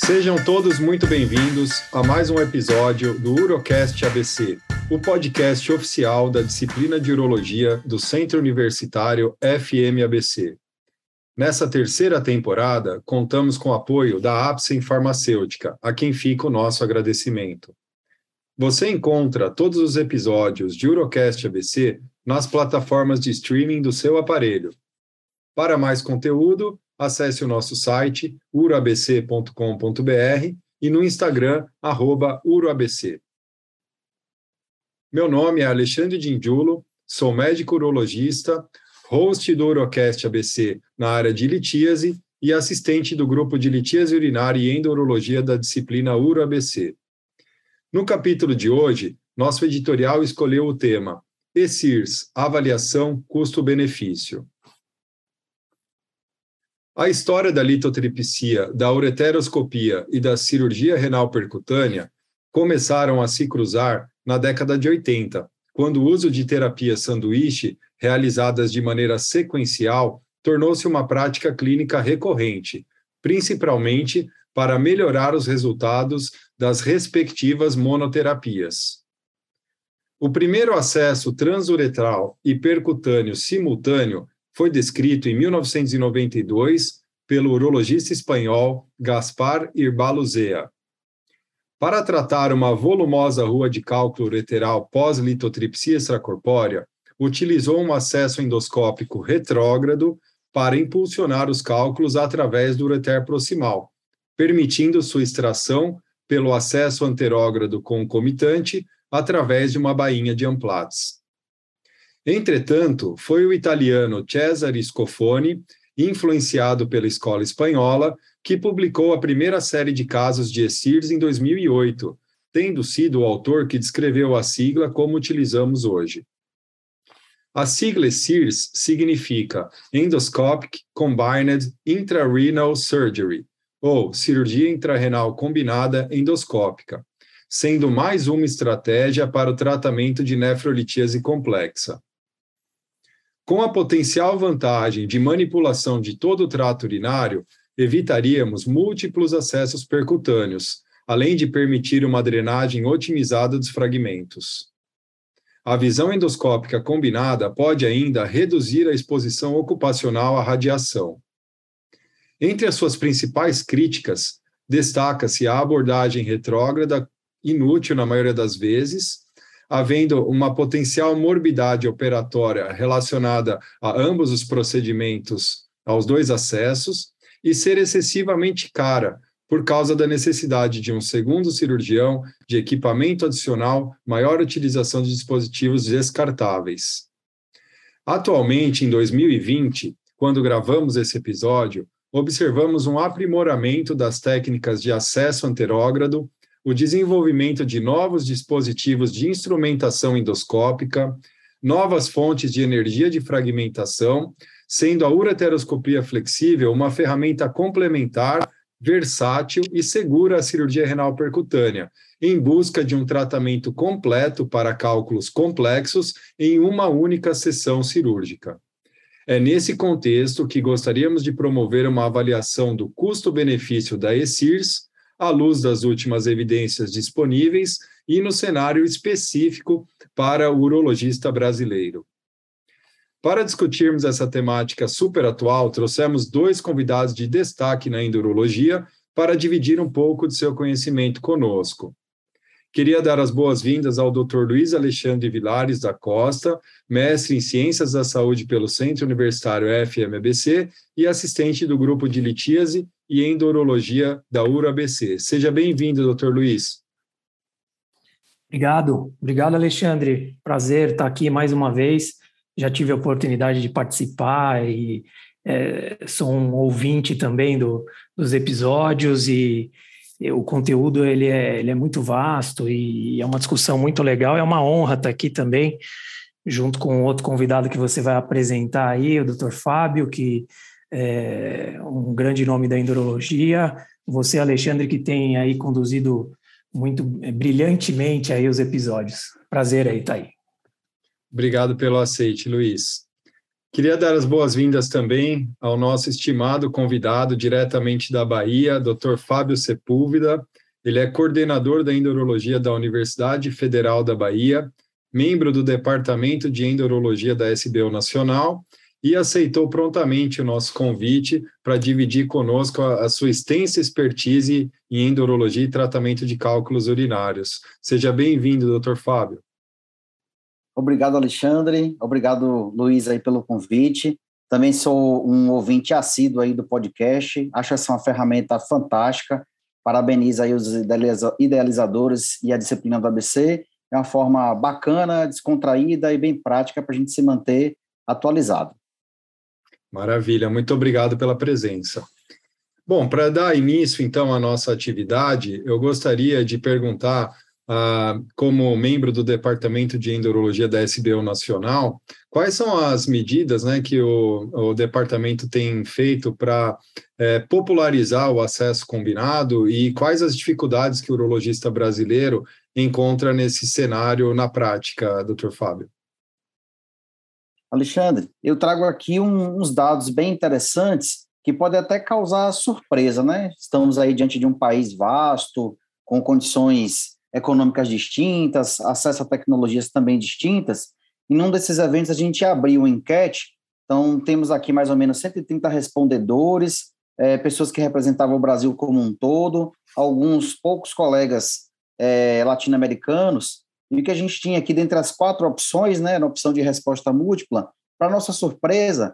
Sejam todos muito bem-vindos a mais um episódio do Urocast ABC, o podcast oficial da disciplina de Urologia do Centro Universitário FMABC. Nessa terceira temporada, contamos com o apoio da Apsen Farmacêutica, a quem fica o nosso agradecimento. Você encontra todos os episódios de Urocast ABC nas plataformas de streaming do seu aparelho. Para mais conteúdo, acesse o nosso site uroabc.com.br e no Instagram, @uroabc. Meu nome é Alexandre Gingiulo, sou médico urologista, host do Urocast ABC na área de litíase e assistente do grupo de litíase urinária e endurologia da disciplina UroABC. No capítulo de hoje, nosso editorial escolheu o tema ESIRS, avaliação custo-benefício. A história da litotripsia, da ureteroscopia e da cirurgia renal percutânea começaram a se cruzar na década de 80, quando o uso de terapias sanduíche, realizadas de maneira sequencial, tornou-se uma prática clínica recorrente, principalmente para melhorar os resultados das respectivas monoterapias. O primeiro acesso transuretral e percutâneo simultâneo foi descrito em 1992 pelo urologista espanhol Gaspar Irbaluzea. Para tratar uma volumosa rua de cálculo ureteral pós-litotripsia extracorpórea, utilizou um acesso endoscópico retrógrado para impulsionar os cálculos através do ureter proximal, permitindo sua extração pelo acesso anterógrado concomitante através de uma bainha de Amplatz. Entretanto, foi o italiano Cesare Scofoni, influenciado pela escola espanhola, que publicou a primeira série de casos de ESIRS em 2008, tendo sido o autor que descreveu a sigla como utilizamos hoje. A sigla ESIRS significa Endoscopic Combined Intrarenal Surgery, ou cirurgia intrarrenal combinada endoscópica, sendo mais uma estratégia para o tratamento de nefrolitíase complexa. Com a potencial vantagem de manipulação de todo o trato urinário, evitaríamos múltiplos acessos percutâneos, além de permitir uma drenagem otimizada dos fragmentos. A visão endoscópica combinada pode ainda reduzir a exposição ocupacional à radiação. Entre as suas principais críticas, destaca-se a abordagem retrógrada, inútil na maioria das vezes, havendo uma potencial morbidade operatória relacionada a ambos os procedimentos, aos dois acessos, e ser excessivamente cara, por causa da necessidade de um segundo cirurgião, de equipamento adicional, maior utilização de dispositivos descartáveis. Atualmente, em 2020, quando gravamos esse episódio, observamos um aprimoramento das técnicas de acesso anterógrado, o desenvolvimento de novos dispositivos de instrumentação endoscópica, novas fontes de energia de fragmentação, sendo a ureteroscopia flexível uma ferramenta complementar, versátil e segura à cirurgia renal percutânea, em busca de um tratamento completo para cálculos complexos em uma única sessão cirúrgica. É nesse contexto que gostaríamos de promover uma avaliação do custo-benefício da ESIRS, à luz das últimas evidências disponíveis e no cenário específico para o urologista brasileiro. Para discutirmos essa temática super atual, trouxemos dois convidados de destaque na endurologia para dividir um pouco de seu conhecimento conosco. Queria dar as boas-vindas ao Dr. Luiz Alexandre Vilares da Costa, mestre em Ciências da Saúde pelo Centro Universitário FMABC e assistente do grupo de litíase e endurologia da UroABC. Seja bem-vindo, Dr. Luiz. Obrigado, Alexandre. Prazer estar aqui mais uma vez. Já tive a oportunidade de participar e sou um ouvinte também dos episódios e o conteúdo ele é muito vasto e é uma discussão muito legal. É uma honra estar aqui também, junto com outro convidado que você vai apresentar aí, o Dr. Fábio, que é um grande nome da endurologia. Você, Alexandre, que tem aí conduzido muito brilhantemente aí os episódios. Prazer aí estar aí. Obrigado pelo aceite, Luiz. Queria dar as boas-vindas também ao nosso estimado convidado diretamente da Bahia, Dr. Fábio Sepúlveda. Ele é coordenador da Endurologia da Universidade Federal da Bahia, membro do Departamento de Endurologia da SBU Nacional e aceitou prontamente o nosso convite para dividir conosco a sua extensa expertise em endurologia e tratamento de cálculos urinários. Seja bem-vindo, Dr. Fábio. Obrigado, Alexandre. Obrigado, Luiz, aí pelo convite. Também sou um ouvinte assíduo aí do podcast. Acho essa uma ferramenta fantástica. Parabenizo aí os idealizadores e a disciplina do ABC. É uma forma bacana, descontraída e bem prática para a gente se manter atualizado. Maravilha, muito obrigado pela presença. Bom, para dar início, então, à nossa atividade, eu gostaria de perguntar, como membro do Departamento de Endurologia da SBU Nacional, quais são as medidas, né, que o departamento tem feito para popularizar o acesso combinado e quais as dificuldades que o urologista brasileiro encontra nesse cenário na prática, Dr. Fábio? Alexandre, eu trago aqui uns dados bem interessantes que podem até causar surpresa, né? Estamos aí diante de um país vasto, com condições econômicas distintas, acesso a tecnologias também distintas, e num desses eventos a gente abriu uma enquete, então temos aqui mais ou menos 130 respondedores, pessoas que representavam o Brasil como um todo, alguns poucos colegas latino-americanos, e o que a gente tinha aqui dentre as 4 opções, né, na opção de resposta múltipla, para nossa surpresa,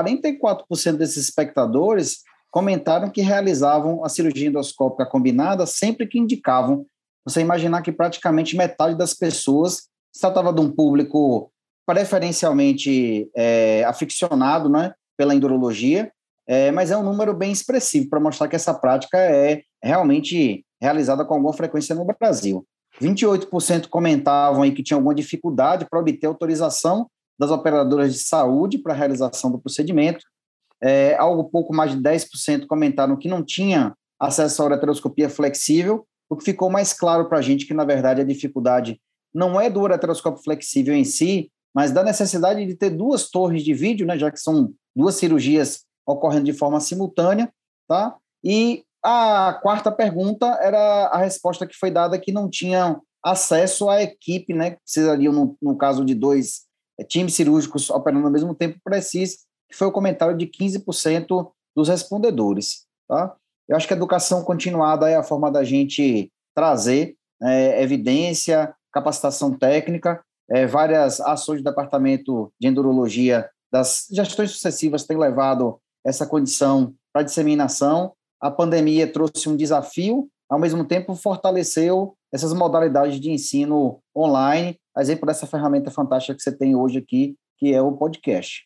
44% desses espectadores comentaram que realizavam a cirurgia endoscópica combinada sempre que indicavam. Você imaginar que praticamente metade das pessoas se tratava de um público preferencialmente aficionado, né, pela endurologia, mas é um número bem expressivo para mostrar que essa prática é realmente realizada com alguma frequência no Brasil. 28% comentavam aí que tinham alguma dificuldade para obter autorização das operadoras de saúde para a realização do procedimento. Algo pouco mais de 10% comentaram que não tinha acesso à ureteroscopia flexível, o que ficou mais claro para a gente que, na verdade, a dificuldade não é do ureteroscópio flexível em si, mas da necessidade de ter 2 torres de vídeo, né, já que são 2 cirurgias ocorrendo de forma simultânea, tá? E a 4ª pergunta era a resposta que foi dada que não tinham acesso à equipe, né, que precisariam, no caso de 2 times cirúrgicos operando ao mesmo tempo preciso, que foi o comentário de 15% dos respondedores, tá? Eu acho que a educação continuada é a forma da gente trazer evidência, capacitação técnica, várias ações do Departamento de Endurologia das gestões sucessivas têm levado essa condição para disseminação. A pandemia trouxe um desafio, ao mesmo tempo fortaleceu essas modalidades de ensino online, a exemplo dessa ferramenta fantástica que você tem hoje aqui, que é o podcast.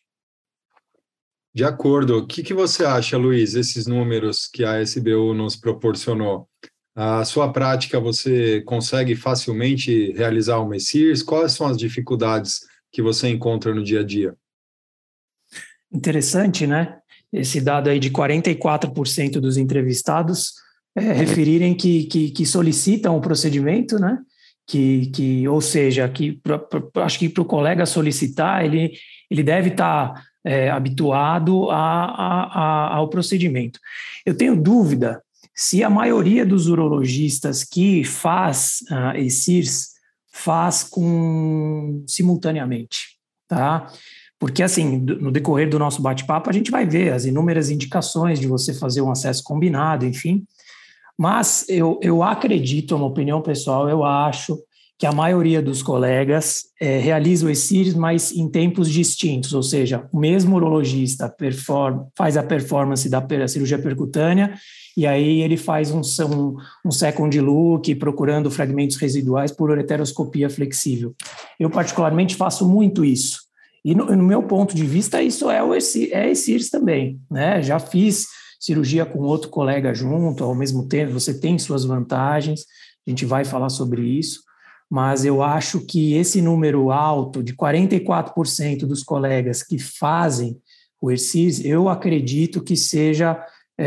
De acordo. O que você acha, Luiz, esses números que a SBU nos proporcionou? A sua prática, você consegue facilmente realizar uma ESIRS? Quais são as dificuldades que você encontra no dia a dia? Interessante, né? Esse dado aí de 44% dos entrevistados referirem que solicitam o procedimento, né? Ou seja, acho que para o colega solicitar, ele deve estar habituado ao procedimento. Eu tenho dúvida se a maioria dos urologistas que faz ESIRS faz simultaneamente, tá? Porque, assim, no decorrer do nosso bate-papo, a gente vai ver as inúmeras indicações de você fazer um acesso combinado, enfim. Mas eu acredito, é uma opinião pessoal, eu acho que a maioria dos colegas realiza o ESIRS, mas em tempos distintos, ou seja, o mesmo urologista faz a performance da cirurgia percutânea e aí ele faz um second look procurando fragmentos residuais por ureteroscopia flexível. Eu particularmente faço muito isso. E no meu ponto de vista, isso é ESIRS também, né? Já fiz cirurgia com outro colega junto, ao mesmo tempo, você tem suas vantagens, a gente vai falar sobre isso, mas eu acho que esse número alto de 44% dos colegas que fazem o ESIRS, eu acredito que seja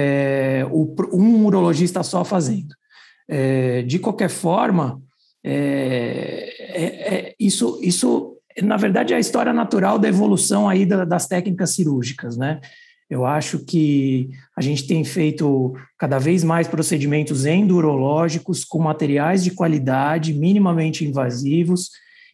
um urologista só fazendo. De qualquer forma, isso na verdade, é a história natural da evolução aí das técnicas cirúrgicas, né? Eu acho que a gente tem feito cada vez mais procedimentos endurológicos com materiais de qualidade, minimamente invasivos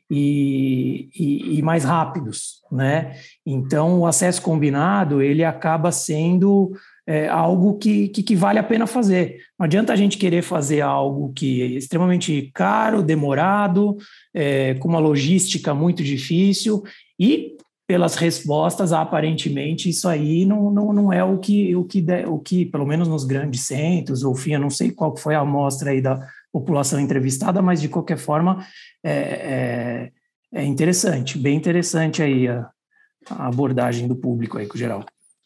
e mais rápidos, né? Então, o acesso combinado, ele acaba sendo algo que vale a pena fazer. Não adianta a gente querer fazer algo que é extremamente caro, demorado, com uma logística muito difícil e pelas respostas, aparentemente, isso aí não é o que, pelo menos nos grandes centros, ou enfim, eu não sei qual foi a amostra aí da população entrevistada, mas de qualquer forma é interessante, bem interessante aí a abordagem do público aí, com o geral.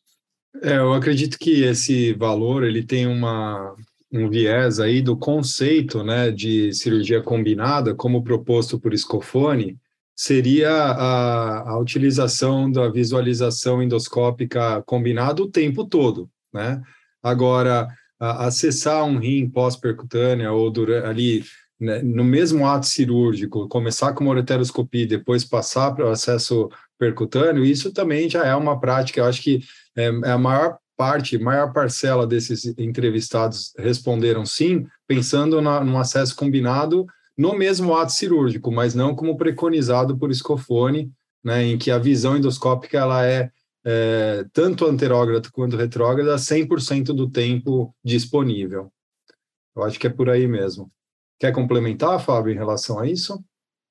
Eu acredito que esse valor ele tem um viés aí do conceito, né, de cirurgia combinada, como proposto por Scofone, seria a utilização da visualização endoscópica combinada o tempo todo, né? Agora, acessar um rim pós-percutânea ou ali, né, no mesmo ato cirúrgico, começar com uma ureteroscopia e depois passar para o acesso percutâneo, isso também já é uma prática, eu acho que a maior parcela desses entrevistados responderam sim, pensando num acesso combinado no mesmo ato cirúrgico, mas não como preconizado por Scofone, né, em que a visão endoscópica ela é tanto anterógrada quanto retrógrada 100% do tempo disponível. Eu acho que é por aí mesmo. Quer complementar, Fábio, em relação a isso?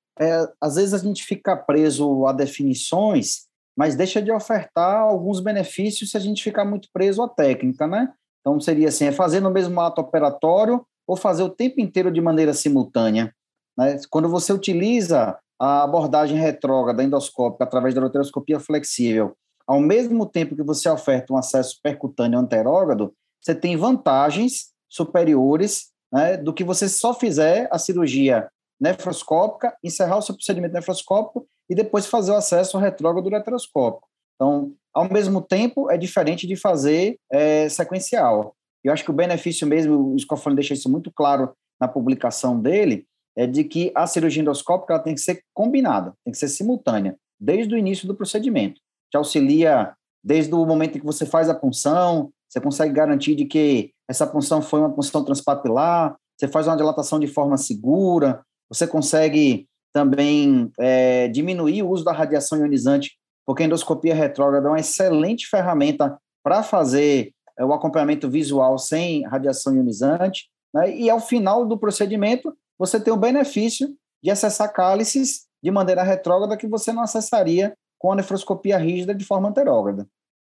Às vezes a gente fica preso a definições, mas deixa de ofertar alguns benefícios se a gente ficar muito preso à técnica, né? Então, seria assim, fazer no mesmo ato operatório ou fazer o tempo inteiro de maneira simultânea, né? Quando você utiliza a abordagem retrógrada endoscópica através da ureteroscopia flexível, ao mesmo tempo que você oferta um acesso percutâneo anterógrado, você tem vantagens superiores, né, do que você só fizer a cirurgia nefroscópica, encerrar o seu procedimento nefroscópico e depois fazer o acesso retrógrado ureteroscópico. Então, ao mesmo tempo, é diferente de fazer sequencial. Eu acho que o benefício mesmo, o Scofone deixa isso muito claro na publicação dele, é de que a cirurgia endoscópica ela tem que ser combinada, tem que ser simultânea, desde o início do procedimento. Te auxilia desde o momento em que você faz a punção, você consegue garantir de que essa punção foi uma punção transpapilar, você faz uma dilatação de forma segura, você consegue também diminuir o uso da radiação ionizante, porque a endoscopia retrógrada é uma excelente ferramenta para fazer o acompanhamento visual sem radiação ionizante, né? E ao final do procedimento, você tem o benefício de acessar cálices de maneira retrógrada que você não acessaria com a nefroscopia rígida de forma anterógrada.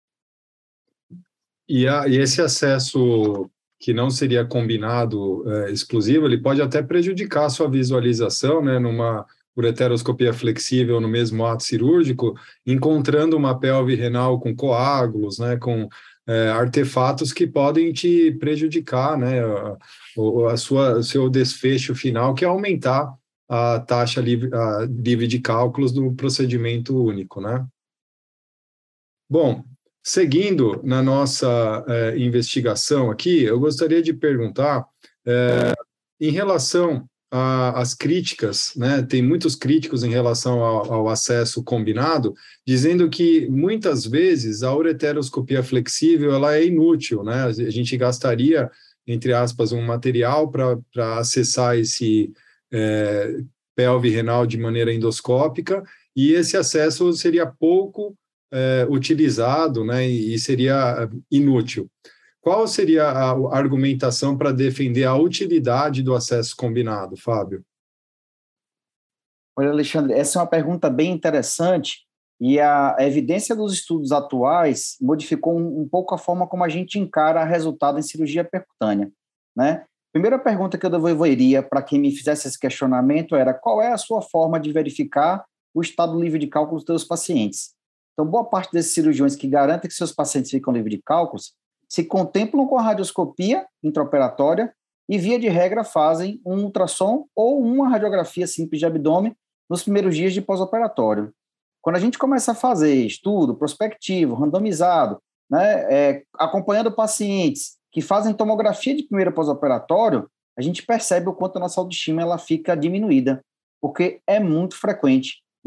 E esse acesso que não seria combinado exclusivo, ele pode até prejudicar a sua visualização, né, numa ureteroscopia flexível no mesmo ato cirúrgico, encontrando uma pelve renal com coágulos, né, com artefatos que podem te prejudicar, né, o seu desfecho final, que é aumentar a taxa livre de cálculos do procedimento único, né? Bom, seguindo na nossa investigação aqui, eu gostaria de perguntar, em relação às críticas, né, tem muitos críticos em relação ao acesso combinado, dizendo que muitas vezes a ureteroscopia flexível ela é inútil, né? A gente gastaria, entre aspas, um material para acessar esse pelve renal de maneira endoscópica, e esse acesso seria pouco utilizado, né, e seria inútil. Qual seria a argumentação para defender a utilidade do acesso combinado, Fábio? Olha, Alexandre, essa é uma pergunta bem interessante e a evidência dos estudos atuais modificou um pouco a forma como a gente encara resultado em cirurgia percutânea, né? Primeira pergunta que eu devolveria para quem me fizesse esse questionamento era: qual é a sua forma de verificar o estado livre de cálculo dos seus pacientes? Então, boa parte desses cirurgiões que garantem que seus pacientes ficam livres de cálculos se contemplam com a radioscopia intraoperatória e, via de regra, fazem um ultrassom ou uma radiografia simples de abdômen nos primeiros dias de pós-operatório. Quando a gente começa a fazer estudo prospectivo, randomizado, né, acompanhando pacientes que fazem tomografia de primeiro pós-operatório, a gente percebe o quanto a nossa autoestima ela fica diminuída, porque é muito frequente,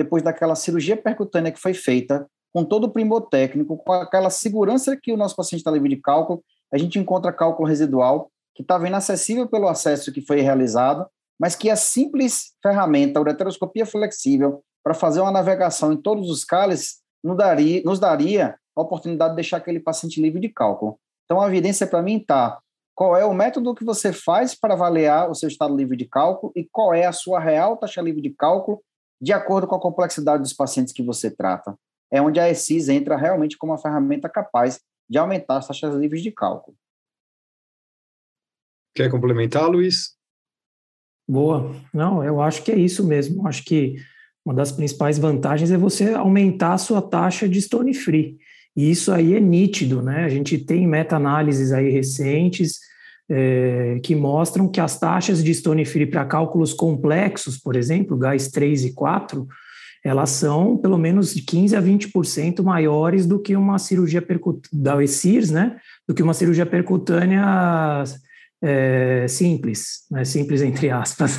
depois daquela cirurgia percutânea que foi feita, com todo o primor técnico, com aquela segurança que o nosso paciente está livre de cálculo, a gente encontra cálculo residual, que estava inacessível pelo acesso que foi realizado, mas que a simples ferramenta, a ureteroscopia flexível, para fazer uma navegação em todos os cálices, nos daria a oportunidade de deixar aquele paciente livre de cálculo. Então, a evidência para mim está: qual é o método que você faz para avaliar o seu estado livre de cálculo e qual é a sua real taxa livre de cálculo de acordo com a complexidade dos pacientes que você trata. É onde a ESIS entra realmente como uma ferramenta capaz de aumentar as taxas livres de cálculo. Quer complementar, Luiz? Boa. Não, eu acho que é isso mesmo. Acho que uma das principais vantagens é você aumentar a sua taxa de stone free. E isso aí é nítido, né? A gente tem meta-análises aí recentes que mostram que as taxas de stone free para cálculos complexos, por exemplo, GAIS 3 e 4, elas são pelo menos de 15% a 20% maiores do que uma cirurgia da ESIRS, né? Do que uma cirurgia percutânea simples, né? Simples entre aspas.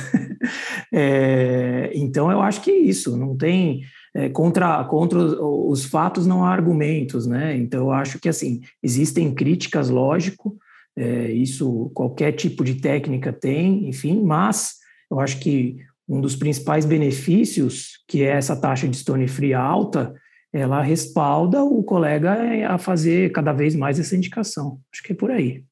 Então, eu acho que é isso, não tem... contra os fatos não há argumentos, né? Então, eu acho que, assim, existem críticas, lógico, isso qualquer tipo de técnica tem, enfim, mas eu acho que um dos principais benefícios, que é essa taxa de stone free alta, ela respalda o colega a fazer cada vez mais essa indicação. Acho que é por aí.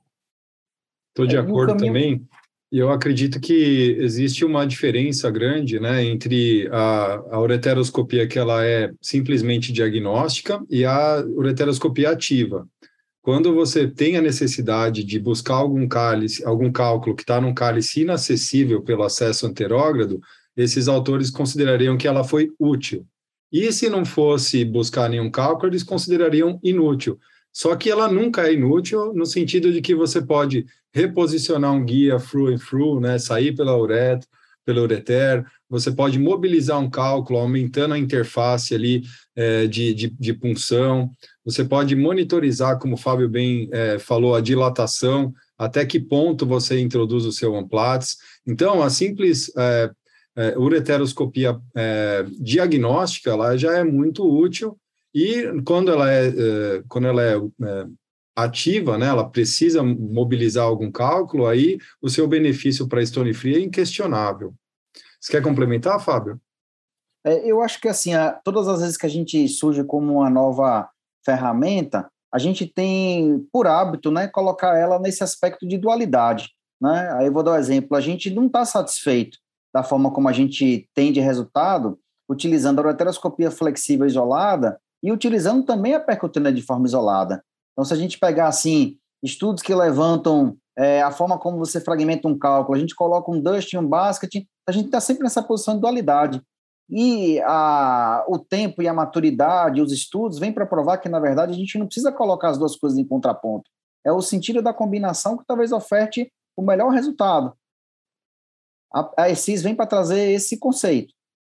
Estou de acordo também. E eu acredito que existe uma diferença grande, né, entre a ureteroscopia, que ela é simplesmente diagnóstica, e a ureteroscopia ativa. Quando você tem a necessidade de buscar algum cálculo que está num cálice inacessível pelo acesso anterógrado, esses autores considerariam que ela foi útil. E se não fosse buscar nenhum cálculo, eles considerariam inútil. Só que ela nunca é inútil no sentido de que você pode reposicionar um guia through and through, né, sair pela ureter, você pode mobilizar um cálculo aumentando a interface ali de punção, você pode monitorizar, como o Fábio bem falou, a dilatação, até que ponto você introduz o seu OnePlatz. Então, a simples ureteroscopia diagnóstica, ela já é muito útil, e quando ela é ativa, né, ela precisa mobilizar algum cálculo, aí o seu benefício para stone free é inquestionável. Você quer complementar, Fábio? Eu acho que, assim, todas as vezes que a gente surge como uma nova ferramenta, a gente tem, por hábito, né, colocar ela nesse aspecto de dualidade, né? Aí eu vou dar um exemplo. A gente não está satisfeito da forma como a gente tem de resultado utilizando a ureteroscopia flexível isolada e utilizando também a percutânea de forma isolada. Então, se a gente pegar, assim, estudos que levantam a forma como você fragmenta um cálculo, a gente coloca um dust e um basket, a gente está sempre nessa posição de dualidade. E o tempo e a maturidade, os estudos, vêm para provar que, na verdade, a gente não precisa colocar as duas coisas em contraponto. É o sentido da combinação que talvez oferte o melhor resultado. A ESIS vem para trazer esse conceito.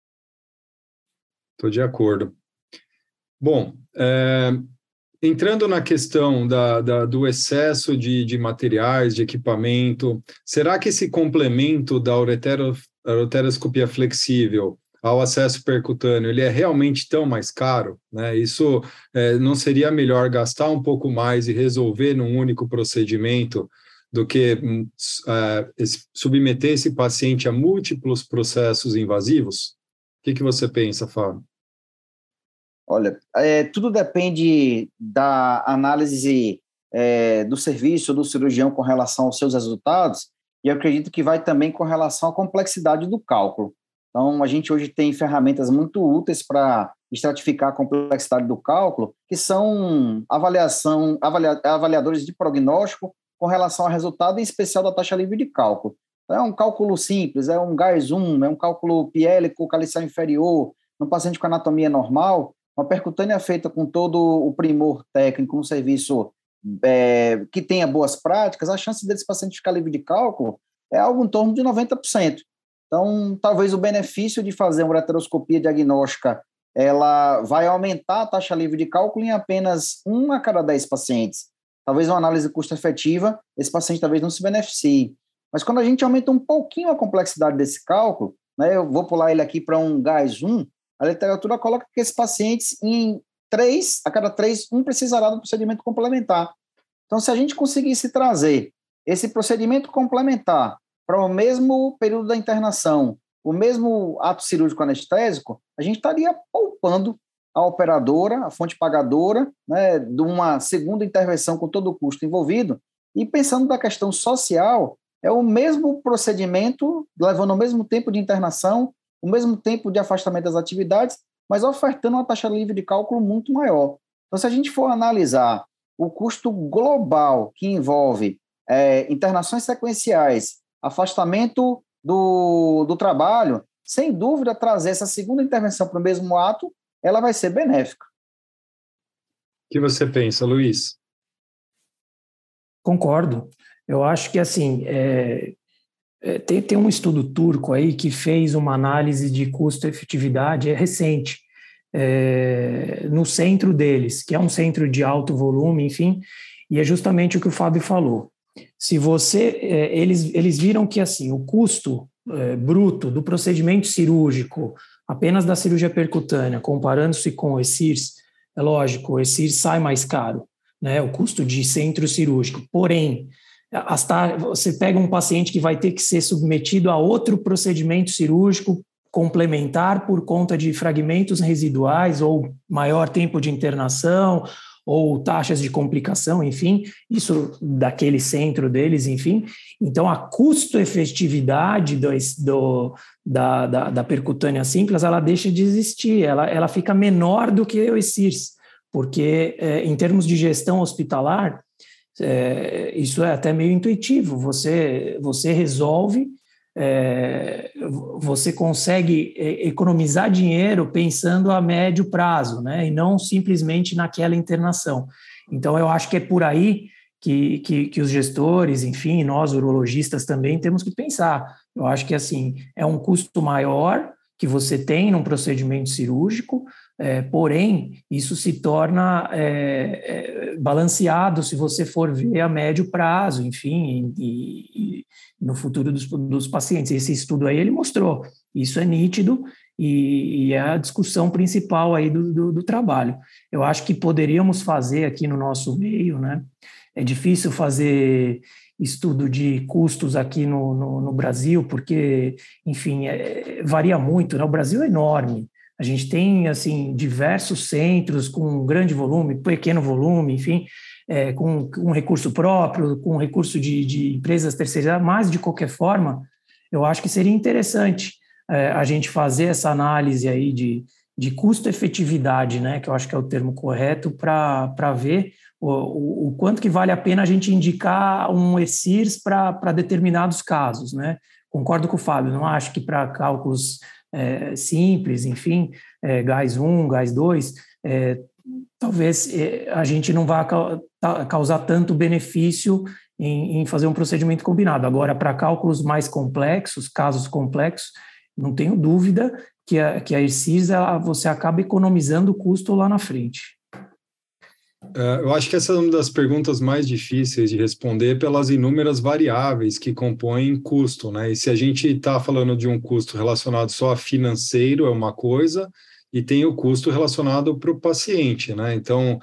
Estou de acordo. Bom, entrando na questão do excesso de materiais, de equipamento, será que esse complemento da ureteroscopia flexível ao acesso percutâneo, ele é realmente tão mais caro, né? Isso não seria melhor gastar um pouco mais e resolver num único procedimento do que submeter esse paciente a múltiplos processos invasivos? O que você pensa, Fábio? Olha, tudo depende da análise do serviço do cirurgião com relação aos seus resultados, e eu acredito que vai também com relação à complexidade do cálculo. Então, a gente hoje tem ferramentas muito úteis para estratificar a complexidade do cálculo, que são avaliadores de prognóstico com relação ao resultado, em especial da taxa livre de cálculo. Então, é um cálculo simples, é um GAIS-1, é um cálculo piélico calicial inferior, no paciente com anatomia normal, uma percutânea feita com todo o primor técnico, um serviço que tenha boas práticas, a chance desse paciente ficar livre de cálculo é algo em torno de 90%. Então, talvez o benefício de fazer uma ureteroscopia diagnóstica, ela vai aumentar a taxa livre de cálculo em apenas 1 a cada 10 pacientes. Talvez uma análise custo-efetiva, esse paciente talvez não se beneficie. Mas quando a gente aumenta um pouquinho a complexidade desse cálculo, né, eu vou pular ele aqui para um GAIS-1, a literatura coloca que esses pacientes, a cada 3, um precisará do procedimento complementar. Então, se a gente conseguisse trazer esse procedimento complementar para o mesmo período da internação, o mesmo ato cirúrgico anestésico, a gente estaria poupando a operadora, a fonte pagadora, né, de uma segunda intervenção com todo o custo envolvido. E pensando na questão social, é o mesmo procedimento, levando o mesmo tempo de internação, o mesmo tempo de afastamento das atividades, mas ofertando uma taxa livre de cálculo muito maior. Então, se a gente for analisar o custo global que envolve internações sequenciais, afastamento do trabalho, sem dúvida, trazer essa segunda intervenção para o mesmo ato, ela vai ser benéfica. O que você pensa, Luiz? Concordo. Eu acho que, assim, tem um estudo turco aí que fez uma análise de custo-efetividade, recente, no centro deles, que é um centro de alto volume, enfim, e é justamente o que o Fábio falou. Se eles viram que, assim, o custo bruto do procedimento cirúrgico, apenas da cirurgia percutânea, comparando-se com o ESIRS, é lógico, o ESIRS sai mais caro, né, o custo de centro cirúrgico. Porém, você pega um paciente que vai ter que ser submetido a outro procedimento cirúrgico complementar por conta de fragmentos residuais ou maior tempo de internação ou taxas de complicação, enfim, isso daquele centro deles, enfim. Então, a custo-efetividade da percutânea simples, ela deixa de existir, ela fica menor do que o ESIRS, porque, em termos de gestão hospitalar, isso é até meio intuitivo, você resolve, você consegue economizar dinheiro pensando a médio prazo, né, e não simplesmente naquela internação. Então, eu acho que é por aí que os gestores, enfim, nós urologistas também temos que pensar. Eu acho que, assim, é um custo maior que você tem num procedimento cirúrgico, porém, isso se torna balanceado se você for ver a médio prazo, enfim, e no futuro dos pacientes. Esse estudo aí, ele mostrou, isso é nítido e é a discussão principal aí do trabalho. Eu acho que poderíamos fazer aqui no nosso meio, né? É difícil fazer estudo de custos aqui no Brasil, porque, enfim, varia muito, né? O Brasil é enorme. A gente tem, assim, diversos centros com grande volume, pequeno volume, enfim, com recurso próprio, com recurso de empresas terceirizadas, mas, de qualquer forma, eu acho que seria interessante a gente fazer essa análise aí de custo-efetividade, né, que eu acho que é o termo correto, para ver o quanto que vale a pena a gente indicar um ESIRS para determinados casos, né? Concordo com o Fábio, não acho que para cálculos simples, enfim, gás 1, gás 2, talvez a gente não vá causar tanto benefício em fazer um procedimento combinado. Agora, para cálculos mais complexos, casos complexos, não tenho dúvida que a ESIRS, você acaba economizando o custo lá na frente. Eu acho que essa é uma das perguntas mais difíceis de responder pelas inúmeras variáveis que compõem custo, né? E se a gente está falando de um custo relacionado só a financeiro, é uma coisa, e tem o custo relacionado para o paciente, né? Então,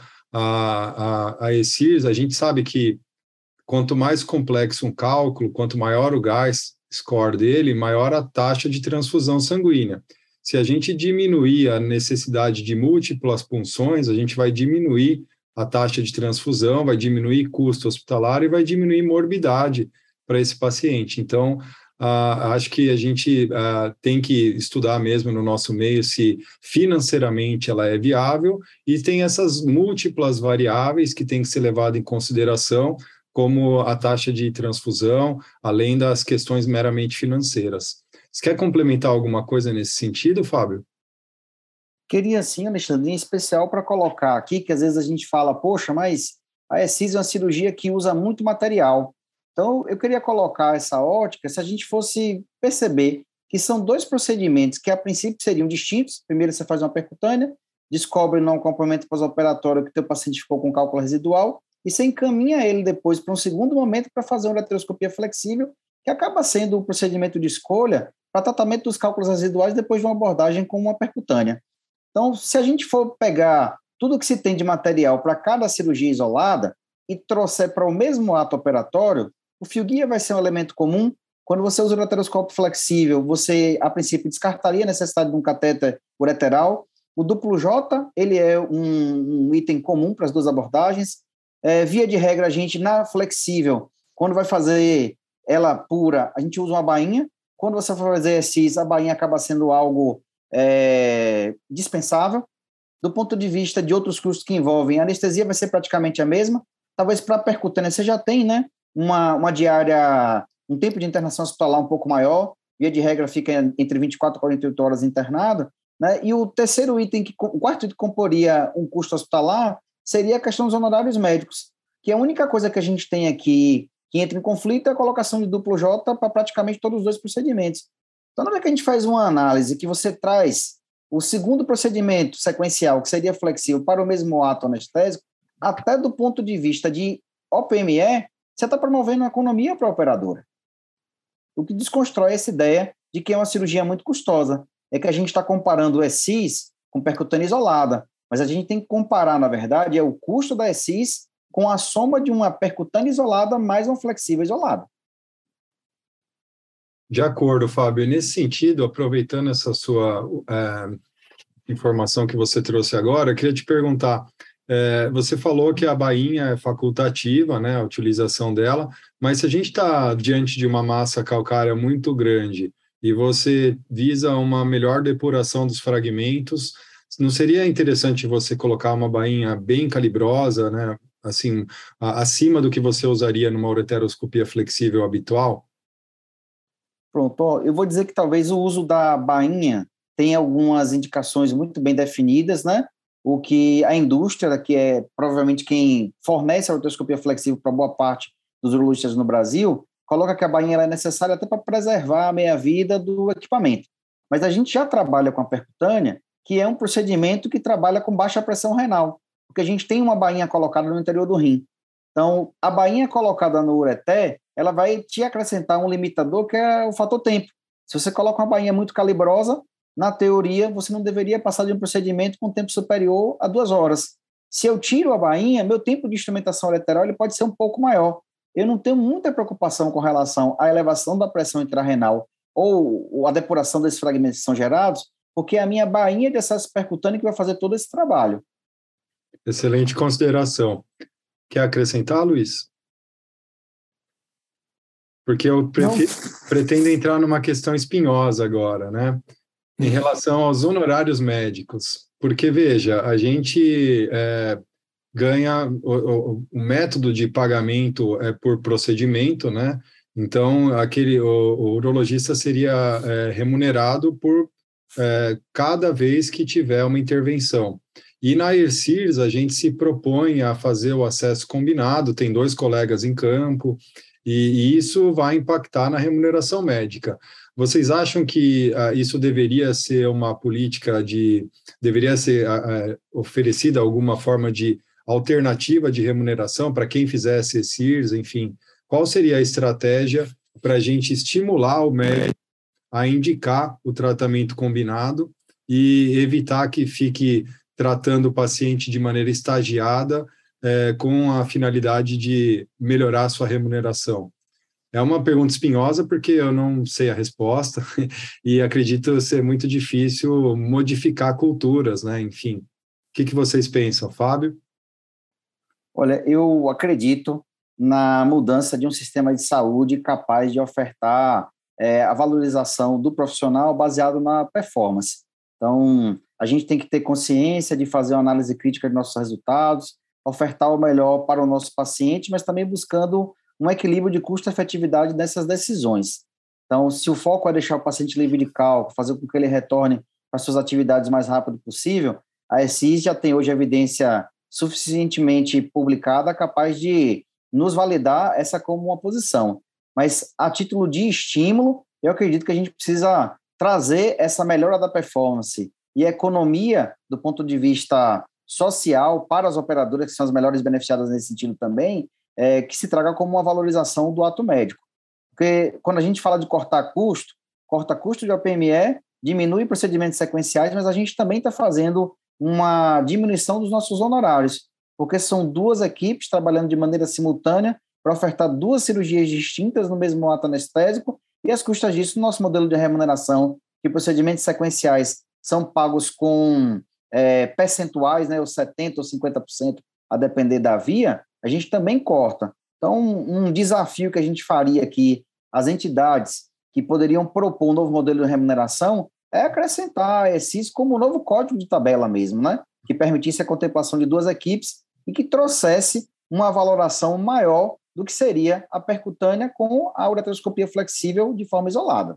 a ESIRS, a gente sabe que quanto mais complexo um cálculo, quanto maior o gás score dele, maior a taxa de transfusão sanguínea. Se a gente diminuir a necessidade de múltiplas punções, a gente vai diminuir a taxa de transfusão, vai diminuir custo hospitalar e vai diminuir morbidade para esse paciente. Então, acho que a gente tem que estudar mesmo no nosso meio se financeiramente ela é viável e tem essas múltiplas variáveis que tem que ser levada em consideração, como a taxa de transfusão, além das questões meramente financeiras. Você quer complementar alguma coisa nesse sentido, Fábio? Queria sim, Alexandre, em especial para colocar aqui, que às vezes a gente fala, poxa, mas a ESIRS é uma cirurgia que usa muito material. Então, eu queria colocar essa ótica, se a gente fosse perceber que são dois procedimentos que, a princípio, seriam distintos. Primeiro, você faz uma percutânea, descobre no complemento pós-operatório que o teu paciente ficou com cálculo residual, e você encaminha ele depois para um segundo momento para fazer uma ureteroscopia flexível, que acaba sendo o procedimento de escolha para tratamento dos cálculos residuais depois de uma abordagem com uma percutânea. Então, se a gente for pegar tudo que se tem de material para cada cirurgia isolada e trouxer para o mesmo ato operatório, o fio-guia vai ser um elemento comum. Quando você usa o ureteroscópio flexível, você, a princípio, descartaria a necessidade de um catéter ureteral. O duplo J, ele é um item comum para as duas abordagens. Via de regra, a gente, na flexível, quando vai fazer ela pura, a gente usa uma bainha. Quando você for fazer exercício, a bainha acaba sendo algo dispensável. Do ponto de vista de outros custos que envolvem, a anestesia vai ser praticamente a mesma. Talvez para a percutânea você já tem, né, uma diária, um tempo de internação hospitalar um pouco maior, via de regra fica entre 24 e 48 horas internado, né? E o terceiro item, o quarto item que comporia um custo hospitalar, seria a questão dos honorários médicos, que a única coisa que a gente tem aqui que entra em conflito é a colocação de duplo J para praticamente todos os dois procedimentos. Então, na hora que a gente faz uma análise que você traz o segundo procedimento sequencial, que seria flexível, para o mesmo ato anestésico, até do ponto de vista de OPME, você está promovendo uma economia para a operadora. O que desconstrói essa ideia de que é uma cirurgia muito custosa. É que a gente está comparando o ESIS com percutânea isolada, mas a gente tem que comparar, na verdade, o custo da ESIS com a soma de uma percutânea isolada mais uma flexível isolada. De acordo, Fábio. Nesse sentido, aproveitando essa sua informação que você trouxe agora, eu queria te perguntar, você falou que a bainha é facultativa, né, a utilização dela, mas se a gente está diante de uma massa calcária muito grande e você visa uma melhor depuração dos fragmentos, não seria interessante você colocar uma bainha bem calibrosa, né, assim, acima do que você usaria numa ureteroscopia flexível habitual? Pronto, eu vou dizer que talvez o uso da bainha tenha algumas indicações muito bem definidas, né? O que a indústria, que é provavelmente quem fornece a ureteroscopia flexível para boa parte dos urologistas no Brasil, coloca que a bainha ela é necessária até para preservar a meia-vida do equipamento. Mas a gente já trabalha com a percutânea, que é um procedimento que trabalha com baixa pressão renal, porque a gente tem uma bainha colocada no interior do rim. Então, a bainha colocada no ureter, ela vai te acrescentar um limitador que é o fator tempo. Se você coloca uma bainha muito calibrosa, na teoria, você não deveria passar de um procedimento com tempo superior a 2 horas. Se eu tiro a bainha, meu tempo de instrumentação ureteral ele pode ser um pouco maior. Eu não tenho muita preocupação com relação à elevação da pressão intrarrenal ou a depuração desses fragmentos que são gerados, porque é a minha bainha de acesso percutâneo que vai fazer todo esse trabalho. Excelente consideração. Quer acrescentar, Luiz? Porque eu pretendo entrar numa questão espinhosa agora, né? Em relação aos honorários médicos. Porque, veja, a gente ganha... O método de pagamento é por procedimento, né? Então, o urologista seria remunerado por cada vez que tiver uma intervenção. E na ERCIRS, a gente se propõe a fazer o acesso combinado, tem 2 colegas em campo, e isso vai impactar na remuneração médica. Vocês acham que isso deveria ser uma política deveria ser oferecida alguma forma de alternativa de remuneração para quem fizesse ERCIRS, enfim? Qual seria a estratégia para a gente estimular o médico a indicar o tratamento combinado e evitar que fique tratando o paciente de maneira estagiada, com a finalidade de melhorar a sua remuneração? É uma pergunta espinhosa porque eu não sei a resposta e acredito ser muito difícil modificar culturas, né? Enfim, o que vocês pensam, Fábio? Olha, eu acredito na mudança de um sistema de saúde capaz de ofertar a valorização do profissional baseado na performance. Então, a gente tem que ter consciência de fazer uma análise crítica de nossos resultados, ofertar o melhor para o nosso paciente, mas também buscando um equilíbrio de custo-efetividade dessas decisões. Então, se o foco é deixar o paciente livre de cálculo, fazer com que ele retorne para suas atividades o mais rápido possível, a ESIS já tem hoje evidência suficientemente publicada capaz de nos validar essa como uma posição. Mas, a título de estímulo, eu acredito que a gente precisa trazer essa melhora da performance e a economia, do ponto de vista social, para as operadoras, que são as melhores beneficiadas nesse sentido também, que se traga como uma valorização do ato médico. Porque quando a gente fala de corta custo de OPME, diminui procedimentos sequenciais, mas a gente também está fazendo uma diminuição dos nossos honorários, porque são 2 equipes trabalhando de maneira simultânea para ofertar 2 cirurgias distintas no mesmo ato anestésico, e as custas disso, no nosso modelo de remuneração, que procedimentos sequenciais são pagos com percentuais, né, ou 70% ou 50%, a depender da via, a gente também corta. Então, um desafio que a gente faria aqui, as entidades que poderiam propor um novo modelo de remuneração, é acrescentar a ESIS como um novo código de tabela mesmo, né? Que permitisse a contemplação de 2 equipes e que trouxesse uma valoração maior do que seria a percutânea com a ureteroscopia flexível de forma isolada.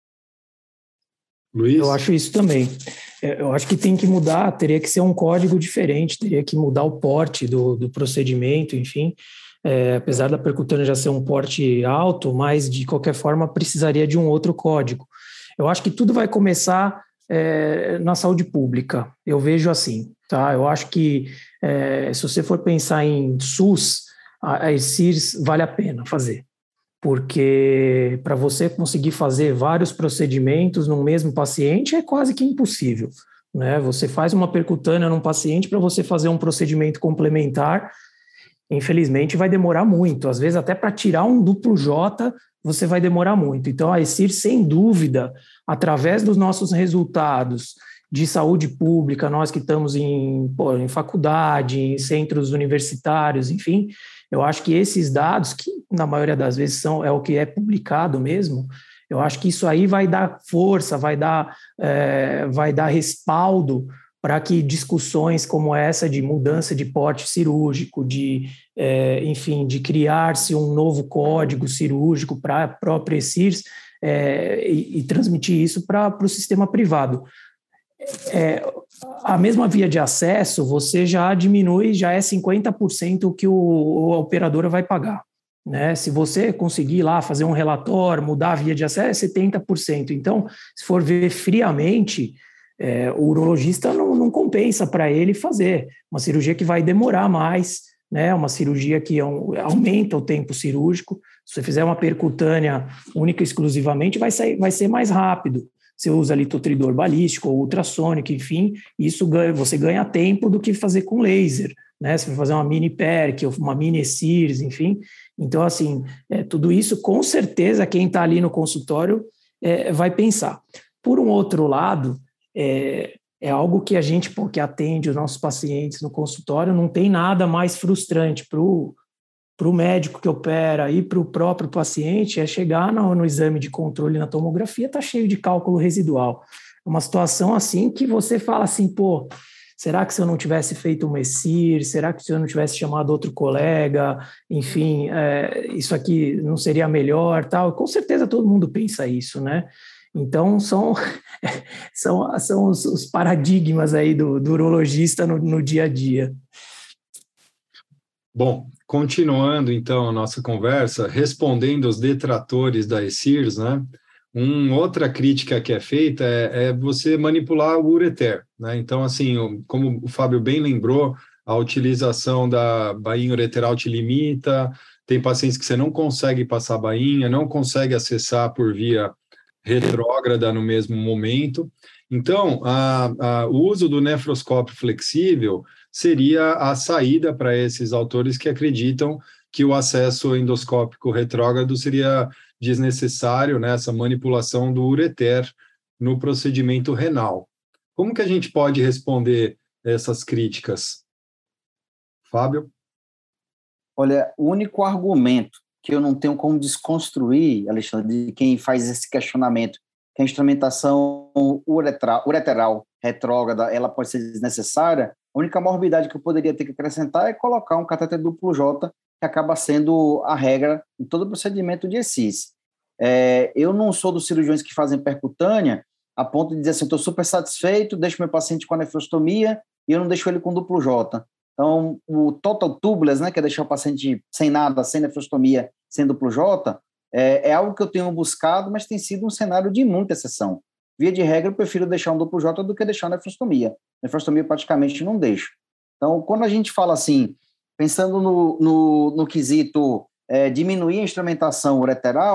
Luiz? Eu acho isso também. Eu acho que tem que mudar, teria que ser um código diferente, teria que mudar o porte do procedimento, enfim. Apesar da percutânea já ser um porte alto, mas de qualquer forma precisaria de um outro código. Eu acho que tudo vai começar na saúde pública, eu vejo assim, tá? Eu acho que se você for pensar em SUS, a ESIRS vale a pena fazer, porque para você conseguir fazer vários procedimentos no mesmo paciente é quase que impossível, né? Você faz uma percutânea num paciente, para você fazer um procedimento complementar, infelizmente vai demorar muito, às vezes até para tirar um duplo J você vai demorar muito. Então a ESIRS, sem dúvida, através dos nossos resultados de saúde pública, nós que estamos em faculdade, em centros universitários, enfim, eu acho que esses dados, que na maioria das vezes é o que é publicado mesmo, eu acho que isso aí vai dar força, vai dar respaldo para que discussões como essa de mudança de porte cirúrgico, enfim, de criar-se um novo código cirúrgico para a própria ESIRS e transmitir isso para o sistema privado. A mesma via de acesso, você já diminui, já é 50% o que a operadora vai pagar, né? Se você conseguir lá fazer um relatório, mudar a via de acesso, é 70%. Então, se for ver friamente, o urologista não compensa para ele fazer uma cirurgia que vai demorar mais, né? Uma cirurgia que aumenta o tempo cirúrgico. Se você fizer uma percutânea única e exclusivamente, vai ser mais rápido. Você usa litotridor balístico ou ultrassônico, enfim, você ganha tempo do que fazer com laser, né? Se for fazer uma mini PERC ou uma mini ESIRS, enfim. Então, assim, tudo isso, com certeza, quem está ali no consultório vai pensar. Por um outro lado, é algo que a gente, que atende os nossos pacientes no consultório, não tem nada mais frustrante para o médico que opera e para o próprio paciente, é chegar no exame de controle na tomografia, está cheio de cálculo residual. É uma situação assim que você fala assim, será que se eu não tivesse feito uma ESIR, será que se eu não tivesse chamado outro colega, enfim, isso aqui não seria melhor, tal? Com certeza todo mundo pensa isso, né? Então, são os paradigmas aí do urologista no dia a dia. Bom, continuando então a nossa conversa, respondendo aos detratores da ESIRS, né? Outra crítica que é feita é você manipular o ureter, né? Então, assim, como o Fábio bem lembrou, a utilização da bainha ureteral te limita, tem pacientes que você não consegue passar a bainha, não consegue acessar por via retrógrada no mesmo momento. Então, o uso do nefroscópio flexível seria a saída para esses autores que acreditam que o acesso endoscópico retrógrado seria desnecessário, né, essa manipulação do ureter no procedimento renal. Como que a gente pode responder essas críticas? Fábio? Olha, o único argumento que eu não tenho como desconstruir, Alexandre, de quem faz esse questionamento, que a instrumentação ureteral retrógrada, ela pode ser desnecessária, a única morbidade que eu poderia ter que acrescentar é colocar um catéter duplo J, que acaba sendo a regra em todo o procedimento de ESIS. Eu não sou dos cirurgiões que fazem percutânea a ponto de dizer assim, estou super satisfeito, deixo meu paciente com a nefrostomia e eu não deixo ele com duplo J. Então, o total tubeless, né, que é deixar o paciente sem nada, sem nefrostomia, sem duplo J, é algo que eu tenho buscado, mas tem sido um cenário de muita exceção. Via de regra, eu prefiro deixar um duplo J do que deixar a nefrostomia. Nefrostomia eu praticamente não deixo. Então, quando a gente fala assim, pensando no quesito diminuir a instrumentação ureteral,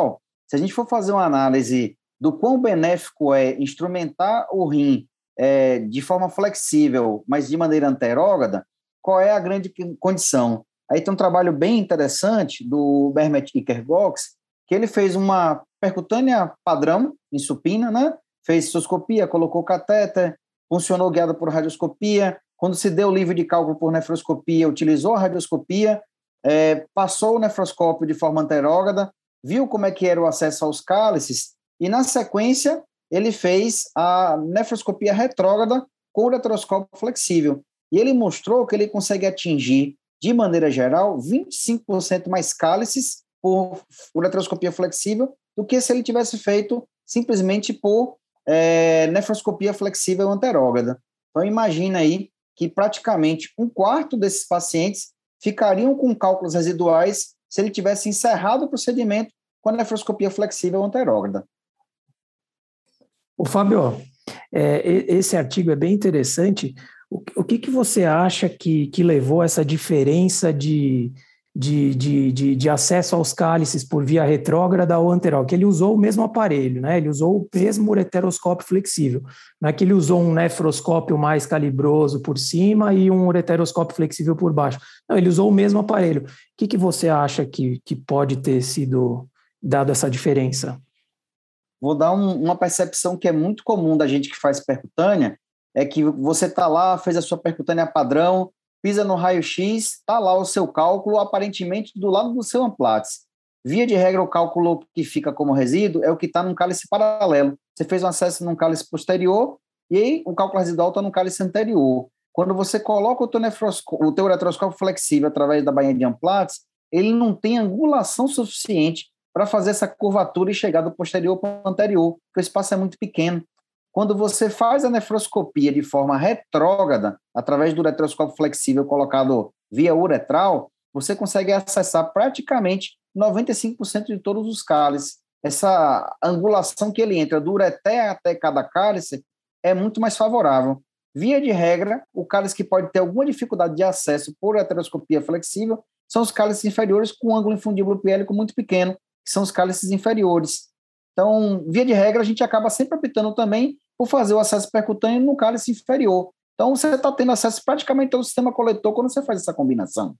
se a gente for fazer uma análise do quão benéfico é instrumentar o rim de forma flexível, mas de maneira anterógrada, qual é a grande condição? Aí tem um trabalho bem interessante do Mehmet Ikergox, que ele fez uma percutânea padrão em supina, né? Fez cistoscopia, colocou catéter, funcionou guiado por radioscopia. Quando se deu livre de cálculo por nefroscopia, utilizou a radioscopia, passou o nefroscópio de forma anterógrada, viu como é que era o acesso aos cálices e, na sequência, ele fez a nefroscopia retrógrada com o ureteroscópio flexível. E ele mostrou que ele consegue atingir, de maneira geral, 25% mais cálices por ureteroscopia flexível do que se ele tivesse feito simplesmente por nefroscopia flexível anterógrada. Então, imagina aí que praticamente um quarto desses pacientes ficariam com cálculos residuais se ele tivesse encerrado o procedimento com a nefroscopia flexível anterógrada. Ô, Fábio, esse artigo é bem interessante. O que você acha que levou essa diferença de acesso aos cálices por via retrógrada ou anterógrada? Que ele usou o mesmo aparelho, né? Ele usou o mesmo ureteroscópio flexível. Não é que ele usou um nefroscópio mais calibroso por cima e um ureteroscópio flexível por baixo. Não, ele usou o mesmo aparelho. O que você acha que pode ter sido dado essa diferença? Vou dar uma percepção que é muito comum da gente que faz percutânea, é que você está lá, fez a sua percutânea padrão, pisa no raio-x, está lá o seu cálculo, aparentemente do lado do seu amplatz. Via de regra, o cálculo que fica como resíduo é o que está num cálice paralelo. Você fez um acesso num cálice posterior e aí o cálculo residual está no cálice anterior. Quando você coloca o teu ureteroscópio flexível através da bainha de amplatz, ele não tem angulação suficiente para fazer essa curvatura e chegar do posterior para o anterior, porque o espaço é muito pequeno. Quando você faz a nefroscopia de forma retrógrada, através do ureteroscópio flexível colocado via uretral, você consegue acessar praticamente 95% de todos os cálices. Essa angulação que ele entra do ureter até cada cálice é muito mais favorável. Via de regra, o cálice que pode ter alguma dificuldade de acesso por ureteroscopia flexível são os cálices inferiores com ângulo infundíbulo piélico muito pequeno, que são os cálices inferiores. Então, via de regra, a gente acaba sempre optando também por fazer o acesso percutâneo no cálice inferior. Então, você está tendo acesso praticamente ao sistema coletor quando você faz essa combinação.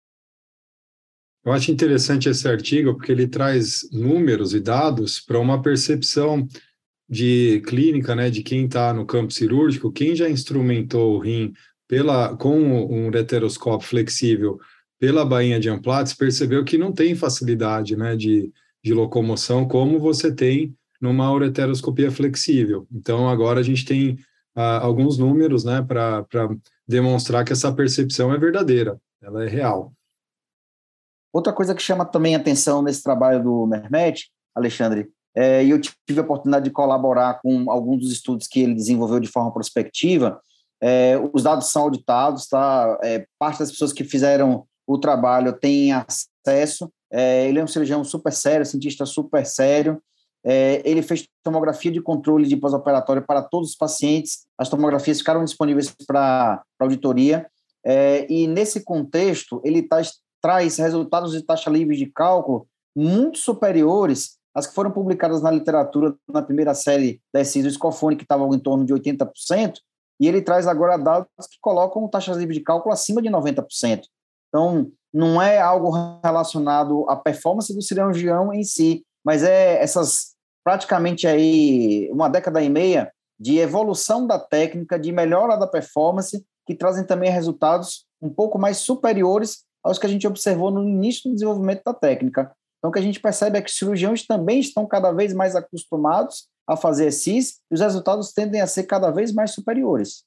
Eu acho interessante esse artigo porque ele traz números e dados para uma percepção de clínica, né, de quem está no campo cirúrgico, quem já instrumentou o rim com um ureteroscópio flexível pela bainha de amplatz, percebeu que não tem facilidade, né, de locomoção como você tem numa ureteroscopia flexível. Então, agora a gente tem alguns números, né, para demonstrar que essa percepção é verdadeira, ela é real. Outra coisa que chama também atenção nesse trabalho do Mehmet, Alexandre, e eu tive a oportunidade de colaborar com alguns dos estudos que ele desenvolveu de forma prospectiva, os dados são auditados, tá? Parte das pessoas que fizeram o trabalho tem acesso. Ele é um cirurgião super sério, cientista super sério. Ele fez tomografia de controle de pós-operatório para todos os pacientes. As tomografias ficaram disponíveis para auditoria. E nesse contexto, ele traz resultados de taxa livre de cálculo muito superiores às que foram publicadas na literatura na primeira série da ESSIS Scofone, que estava em torno de 80%, e ele traz agora dados que colocam taxas livres de cálculo acima de 90%. Então, não é algo relacionado à performance do cirurgião em si, mas essas praticamente aí 1 década e meia de evolução da técnica, de melhora da performance, que trazem também resultados um pouco mais superiores aos que a gente observou no início do desenvolvimento da técnica. Então, o que a gente percebe é que os cirurgiões também estão cada vez mais acostumados a fazer ESSIS e os resultados tendem a ser cada vez mais superiores.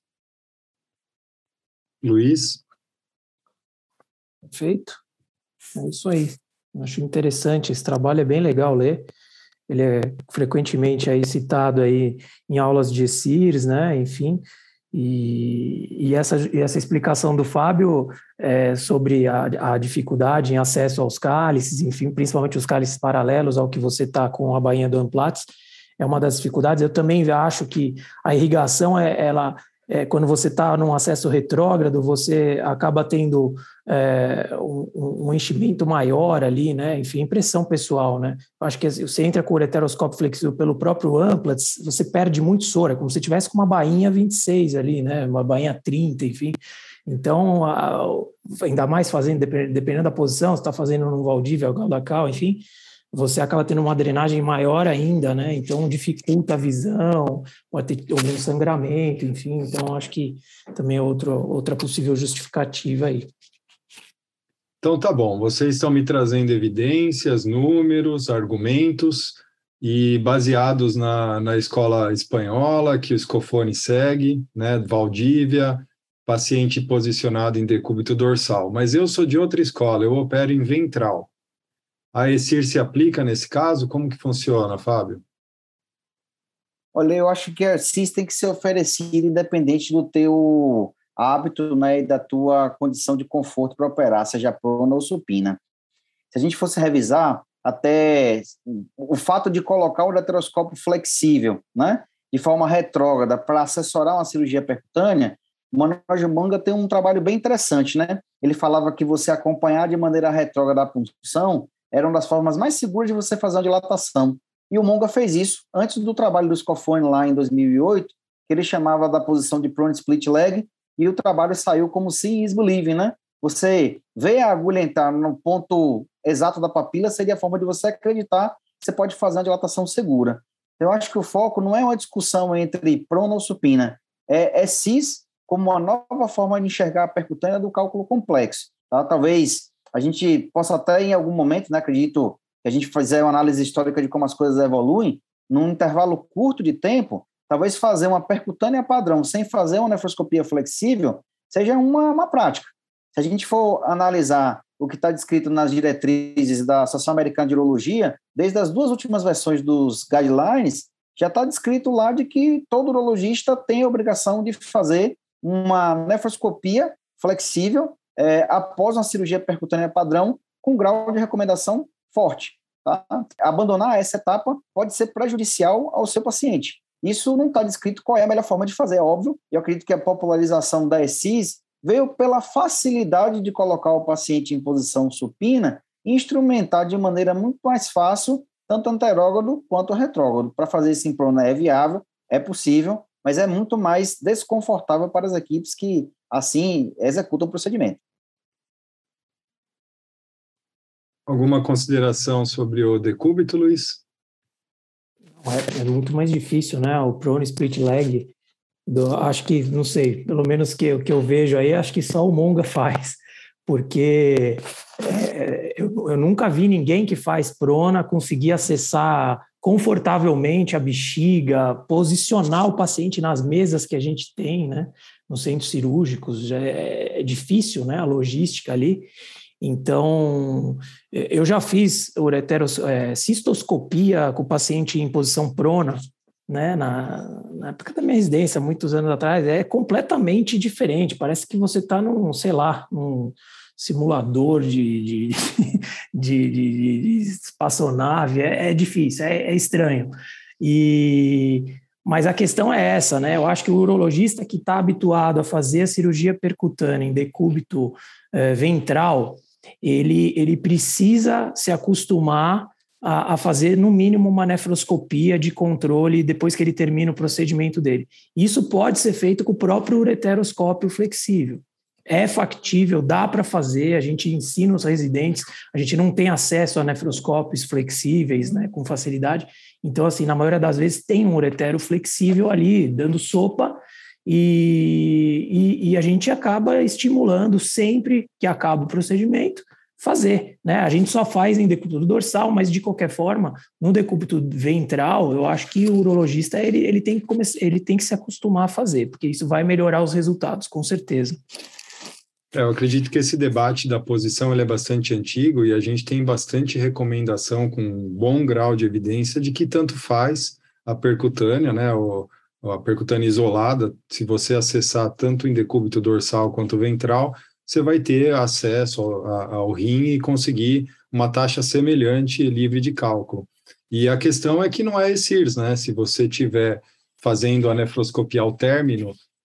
Luiz? Perfeito. É isso aí. Eu acho interessante, esse trabalho é bem legal ler. Ele é frequentemente aí citado aí em aulas de ESSIRS, né? Enfim, e essa explicação do Fábio sobre a dificuldade em acesso aos cálices, enfim, principalmente os cálices paralelos ao que você está com a bainha do amplatz, é uma das dificuldades. Eu também acho que a irrigação ela quando você está num acesso retrógrado, você acaba tendo um enchimento maior ali, né? Enfim, impressão pessoal, né? Eu acho que você entra com o ureteroscópio flexível pelo próprio Amplatz, você perde muito soro, é como se tivesse com uma bainha 26 ali, né? Uma bainha 30, enfim. Então, ainda mais fazendo, dependendo da posição, você está fazendo no Valdívia, Galdacal, enfim, você acaba tendo uma drenagem maior ainda, né? Então dificulta a visão, pode ter algum sangramento, enfim. Então acho que também é outra possível justificativa aí. Então tá bom, vocês estão me trazendo evidências, números, argumentos, e baseados na escola espanhola que o Scofone segue, né? Valdívia, paciente posicionado em decúbito dorsal. Mas eu sou de outra escola, eu opero em ventral. A ESIR se aplica nesse caso? Como que funciona, Fábio? Olha, eu acho que a CIS tem que ser oferecida independente do teu hábito, né, e da tua condição de conforto para operar, seja prona ou supina. Se a gente fosse revisar, até o fato de colocar o ureteroscópio flexível, né, de forma retrógrada para assessorar uma cirurgia percutânea, o Manoj Monga tem um trabalho bem interessante, né? Ele falava que você acompanhar de maneira retrógrada a punção era uma das formas mais seguras de você fazer uma dilatação. E o Monga fez isso antes do trabalho do Scofone lá em 2008, que ele chamava da posição de prone split leg, e o trabalho saiu como Seeing is Believing, né? Você vê a agulha entrar no ponto exato da papila, seria a forma de você acreditar que você pode fazer uma dilatação segura. Eu acho que o foco não é uma discussão entre prona ou supina, é CIS como uma nova forma de enxergar a percutânea do cálculo complexo. Tá? Talvez a gente possa até, em algum momento, né, acredito que a gente fizer uma análise histórica de como as coisas evoluem, num intervalo curto de tempo, talvez fazer uma percutânea padrão sem fazer uma nefroscopia flexível seja uma prática. Se a gente for analisar o que está descrito nas diretrizes da Associação Americana de Urologia, desde as duas últimas versões dos guidelines, já está descrito lá de que todo urologista tem a obrigação de fazer uma nefroscopia flexível após uma cirurgia percutânea padrão com grau de recomendação forte. Tá? Abandonar essa etapa pode ser prejudicial ao seu paciente. Isso não está descrito qual é a melhor forma de fazer, é óbvio. Eu acredito que a popularização da ESIS veio pela facilidade de colocar o paciente em posição supina e instrumentar de maneira muito mais fácil, tanto anterógrado quanto retrógrado. Para fazer isso em prona é viável, é possível, mas é muito mais desconfortável para as equipes que, assim, executam o procedimento. Alguma consideração sobre o decúbito, Luiz? É muito mais difícil, né? O prone split leg, acho que, não sei, pelo menos que eu vejo aí, acho que só o Monga faz, porque eu nunca vi ninguém que faz prona conseguir acessar confortavelmente a bexiga, posicionar o paciente nas mesas que a gente tem, né? Nos centros cirúrgicos, já é difícil, né? A logística ali. Então, eu já fiz cistoscopia com o paciente em posição prona, né, na época da minha residência, muitos anos atrás, é completamente diferente, parece que você está num simulador de espaçonave, é difícil, é estranho. Mas a questão é essa, né? Eu acho que o urologista que está habituado a fazer a cirurgia percutânea em decúbito ventral, ele precisa se acostumar a fazer, no mínimo, uma nefroscopia de controle depois que ele termina o procedimento dele. Isso pode ser feito com o próprio ureteroscópio flexível. É factível, dá para fazer, a gente ensina os residentes, a gente não tem acesso a nefroscópios flexíveis, né, com facilidade. Então, assim, na maioria das vezes tem um uretero flexível ali, dando sopa, e a gente acaba estimulando sempre que acaba o procedimento, fazer, né? A gente só faz em decúbito dorsal, mas de qualquer forma, no decúbito ventral, eu acho que o urologista ele tem que se acostumar a fazer, porque isso vai melhorar os resultados, com certeza. Eu acredito que esse debate da posição ele é bastante antigo e a gente tem bastante recomendação com um bom grau de evidência de que tanto faz a percutânea, né, a percutânea isolada, se você acessar tanto em decúbito dorsal quanto ventral, você vai ter acesso ao rim e conseguir uma taxa semelhante livre de cálculo. E a questão é que não é ESIRS, né? Se você estiver fazendo a nefroscopia ao término,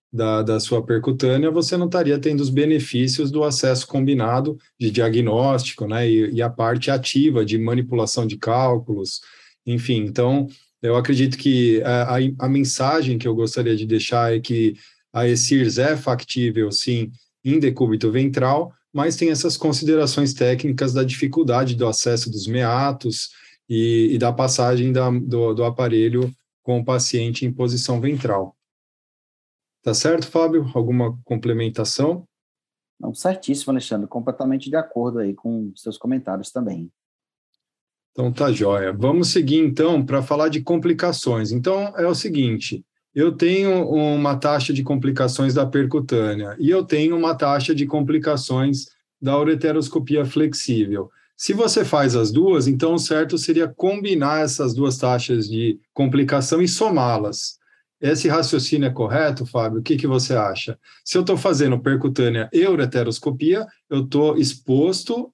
da sua percutânea, você não estaria tendo os benefícios do acesso combinado de diagnóstico, né, e a parte ativa de manipulação de cálculos, enfim. Então, eu acredito que a mensagem que eu gostaria de deixar é que a ESIRS é factível, sim, em decúbito ventral, mas tem essas considerações técnicas da dificuldade do acesso dos meatos e da passagem do aparelho com o paciente em posição ventral. Tá certo, Fábio? Alguma complementação? Não, certíssimo, Alexandre, completamente de acordo aí com seus comentários também. Então tá joia. Vamos seguir então para falar de complicações. Então é o seguinte, eu tenho uma taxa de complicações da percutânea e eu tenho uma taxa de complicações da ureteroscopia flexível. Se você faz as duas, então o certo seria combinar essas duas taxas de complicação e somá-las. Esse raciocínio é correto, Fábio? O que você acha? Se eu estou fazendo percutânea e ureteroscopia, eu estou exposto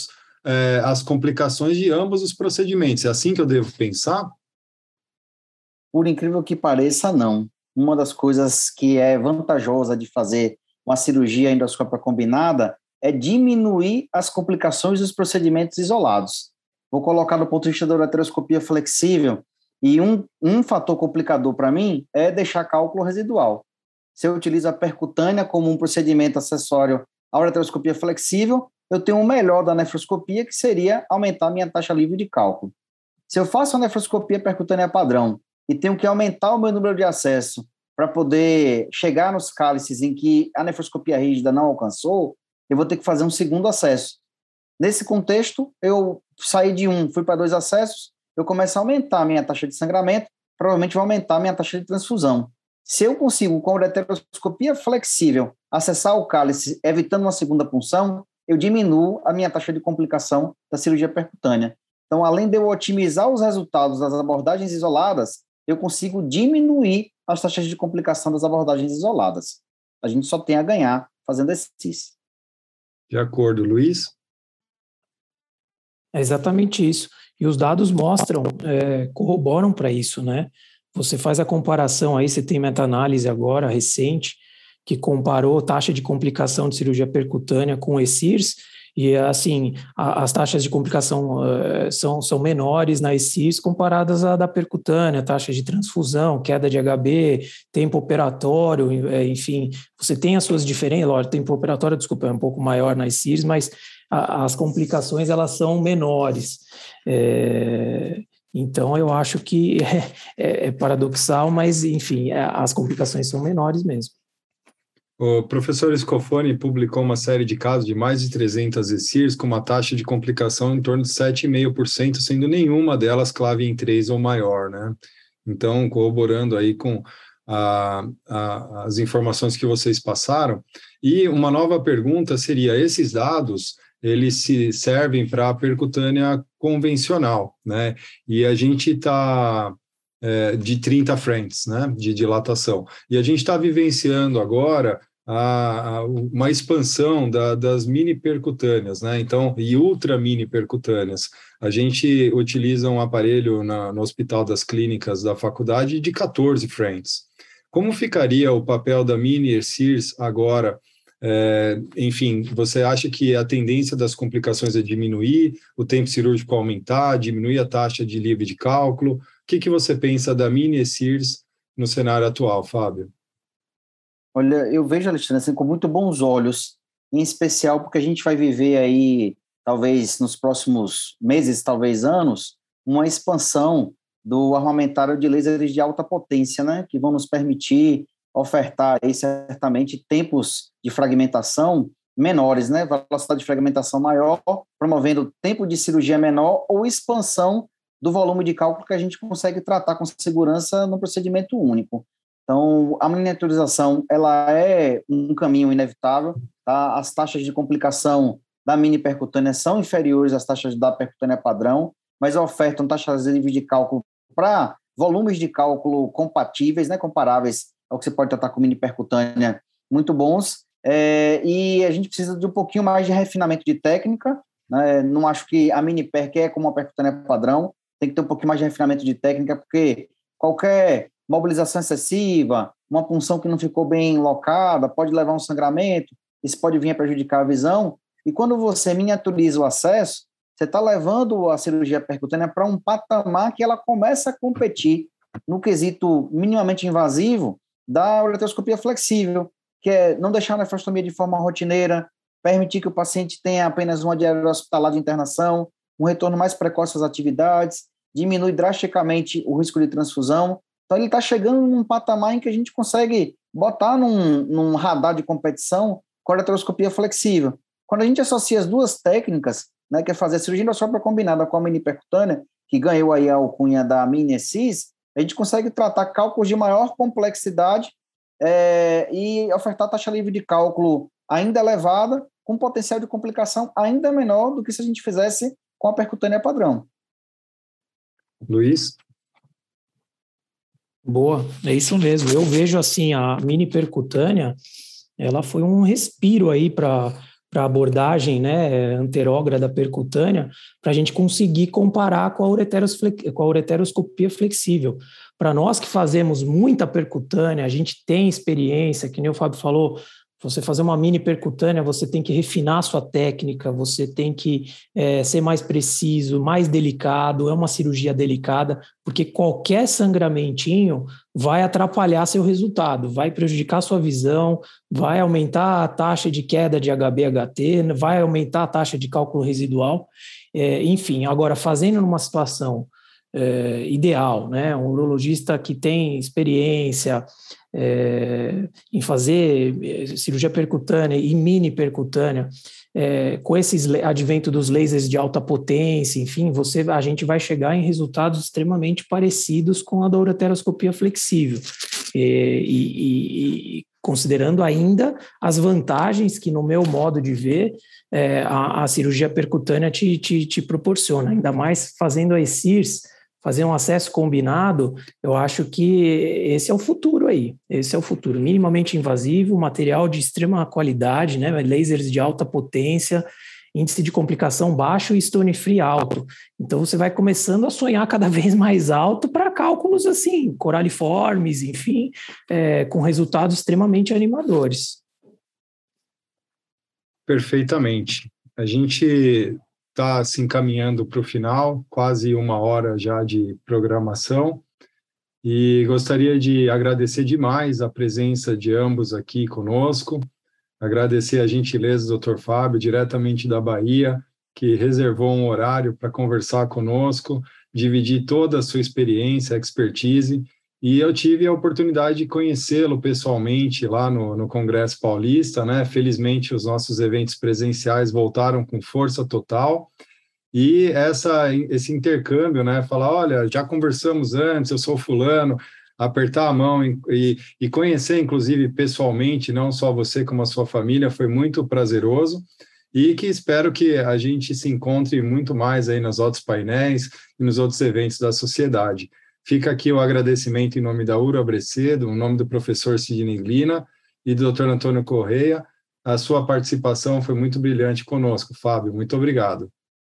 às complicações de ambos os procedimentos. É assim que eu devo pensar? Por incrível que pareça, não. Uma das coisas que é vantajosa de fazer uma cirurgia endoscópica combinada é diminuir as complicações dos procedimentos isolados. Vou colocar do ponto de vista da ureteroscopia flexível, e um fator complicador para mim é deixar cálculo residual. Se eu utilizo a percutânea como um procedimento acessório à ureteroscopia flexível, eu tenho o melhor da nefroscopia, que seria aumentar a minha taxa livre de cálculo. Se eu faço a nefroscopia percutânea padrão e tenho que aumentar o meu número de acesso para poder chegar nos cálices em que a nefroscopia rígida não alcançou, eu vou ter que fazer um segundo acesso. Nesse contexto, eu saí de fui para 2 acessos, eu começo a aumentar a minha taxa de sangramento, provavelmente vai aumentar a minha taxa de transfusão. Se eu consigo, com a ureteroscopia flexível, acessar o cálice, evitando uma segunda punção, eu diminuo a minha taxa de complicação da cirurgia percutânea. Então, além de eu otimizar os resultados das abordagens isoladas, eu consigo diminuir as taxas de complicação das abordagens isoladas. A gente só tem a ganhar fazendo exercício. De acordo, Luiz? É exatamente isso. E os dados mostram, corroboram para isso, né? Você faz a comparação aí, você tem meta-análise agora, recente, que comparou taxa de complicação de cirurgia percutânea com ESIRS, e assim, as taxas de complicação são menores na ESIRS comparadas à da percutânea, taxa de transfusão, queda de HB, tempo operatório, enfim, você tem as suas diferenças, lógico, tempo operatório, desculpa, é um pouco maior na ESIRS, mas as complicações, elas são menores. Então, eu acho que é paradoxal, mas, enfim, as complicações são menores mesmo. O professor Scofani publicou uma série de casos de mais de 300 ESIRs com uma taxa de complicação em torno de 7,5%, sendo nenhuma delas clave em 3 ou maior, né? Então, corroborando aí com as informações que vocês passaram. E uma nova pergunta seria, esses dados, eles se servem para a percutânea convencional, né? E a gente está de 30 French, né? De dilatação. E a gente está vivenciando agora uma expansão das mini percutâneas, né? Então, e ultra mini percutâneas. A gente utiliza um aparelho no Hospital das Clínicas da faculdade de 14 French. Como ficaria o papel da mini ESIRS agora? Enfim, você acha que a tendência das complicações é diminuir, o tempo cirúrgico aumentar, diminuir a taxa de livre de cálculo? O que você pensa da mini ESIRS no cenário atual, Fábio? Olha, eu vejo, Alexandre, assim, com muito bons olhos, em especial porque a gente vai viver aí, talvez nos próximos meses, talvez anos, uma expansão do armamentário de lasers de alta potência, né, que vão nos permitir ofertar aí, certamente, tempos de fragmentação menores, né, velocidade de fragmentação maior, promovendo tempo de cirurgia menor ou expansão do volume de cálculo que a gente consegue tratar com segurança no procedimento único. Então, a miniaturização, ela é um caminho inevitável, tá? As taxas de complicação da mini percutânea são inferiores às taxas da percutânea padrão, mas ofertam taxas livres de cálculo para volumes de cálculo compatíveis, né, comparáveis ao que você pode tratar com mini percutânea, muito bons, e a gente precisa de um pouquinho mais de refinamento de técnica, né? Não acho que a mini perc é como uma percutânea padrão, tem que ter um pouquinho mais de refinamento de técnica, porque qualquer mobilização excessiva, uma punção que não ficou bem locada, pode levar a um sangramento, isso pode vir a prejudicar a visão. E quando você miniaturiza o acesso, você está levando a cirurgia percutânea para um patamar que ela começa a competir no quesito minimamente invasivo da ureteroscopia flexível, que é não deixar a nefrostomia de forma rotineira, permitir que o paciente tenha apenas uma diária hospitalar de internação, um retorno mais precoce às atividades, diminui drasticamente o risco de transfusão. Então, ele está chegando num patamar em que a gente consegue botar num radar de competição com a ureteroscopia flexível. Quando a gente associa as duas técnicas, né, que é fazer a cirurgia endoscópica combinada com a mini percutânea, que ganhou aí a alcunha da mini-ECIS, a gente consegue tratar cálculos de maior complexidade e ofertar taxa livre de cálculo ainda elevada, com potencial de complicação ainda menor do que se a gente fizesse com a percutânea padrão. Luiz? Boa, é isso mesmo. Eu vejo assim, a mini percutânea, ela foi um respiro aí para a abordagem, né, anterógrada percutânea, para a gente conseguir comparar com a ureteroscopia flexível. Para nós que fazemos muita percutânea, a gente tem experiência, que nem o Fábio falou, você fazer uma mini percutânea, você tem que refinar a sua técnica, você tem que ser mais preciso, mais delicado, é uma cirurgia delicada, porque qualquer sangramentinho vai atrapalhar seu resultado, vai prejudicar sua visão, vai aumentar a taxa de queda de HB-HT, vai aumentar a taxa de cálculo residual, enfim, agora fazendo numa situação ideal, né? Um urologista que tem experiência em fazer cirurgia percutânea e mini percutânea, com esses advento dos lasers de alta potência, enfim, a gente vai chegar em resultados extremamente parecidos com a da ureteroscopia flexível, e considerando ainda as vantagens que, no meu modo de ver, a cirurgia percutânea te proporciona, ainda mais fazendo a ECIRS, fazer um acesso combinado. Eu acho que esse é o futuro aí, esse é o futuro, minimamente invasivo, material de extrema qualidade, né, lasers de alta potência, índice de complicação baixo e stone free alto. Então você vai começando a sonhar cada vez mais alto para cálculos assim, coraliformes, enfim, com resultados extremamente animadores. Perfeitamente. A gente está se encaminhando para o final, quase 1 hora já de programação, e gostaria de agradecer demais a presença de ambos aqui conosco, agradecer a gentileza do Dr. Fábio, diretamente da Bahia, que reservou um horário para conversar conosco, dividir toda a sua experiência, expertise, e eu tive a oportunidade de conhecê-lo pessoalmente lá no Congresso Paulista, né? Felizmente, os nossos eventos presenciais voltaram com força total, e esse intercâmbio, né? Falar, olha, já conversamos antes, eu sou fulano, apertar a mão e conhecer, inclusive, pessoalmente, não só você como a sua família, foi muito prazeroso, e que espero que a gente se encontre muito mais aí nos outros painéis e nos outros eventos da sociedade. Fica aqui o agradecimento em nome da URO Abrecedo, em nome do professor Sidney Glina e do Dr. Antônio Correia. A sua participação foi muito brilhante conosco, Fábio. Muito obrigado.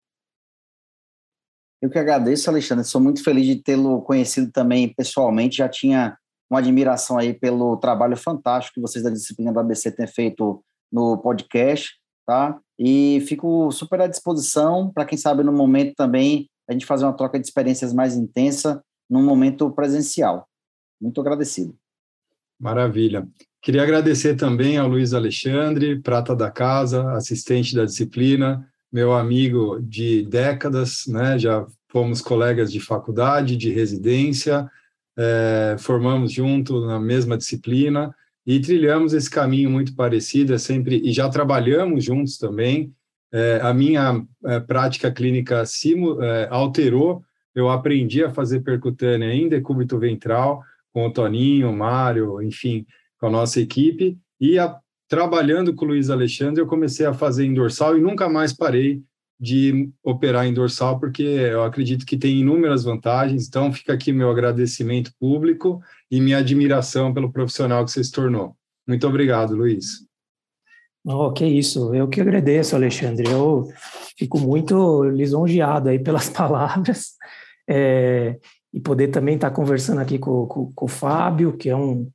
Eu que agradeço, Alexandre. Sou muito feliz de tê-lo conhecido também pessoalmente. Já tinha uma admiração aí pelo trabalho fantástico que vocês da disciplina do ABC têm feito no podcast, tá? E fico super à disposição para, quem sabe, no momento também, a gente fazer uma troca de experiências mais intensa num momento presencial. Muito agradecido. Maravilha. Queria agradecer também ao Luiz Alexandre, prata da casa, assistente da disciplina, meu amigo de décadas, né? Já fomos colegas de faculdade, de residência, formamos junto na mesma disciplina e trilhamos esse caminho muito parecido, e já trabalhamos juntos também. A minha prática clínica alterou. Eu aprendi a fazer percutânea em decúbito ventral, com o Toninho, o Mário, enfim, com a nossa equipe, e trabalhando com o Luiz Alexandre, eu comecei a fazer em dorsal e nunca mais parei de operar em dorsal, porque eu acredito que tem inúmeras vantagens. Então, fica aqui meu agradecimento público e minha admiração pelo profissional que você se tornou. Muito obrigado, Luiz. Oh, que isso, eu que agradeço, Alexandre. Eu fico muito lisonjeado aí pelas palavras, e poder também estar conversando aqui com o Fábio, que é um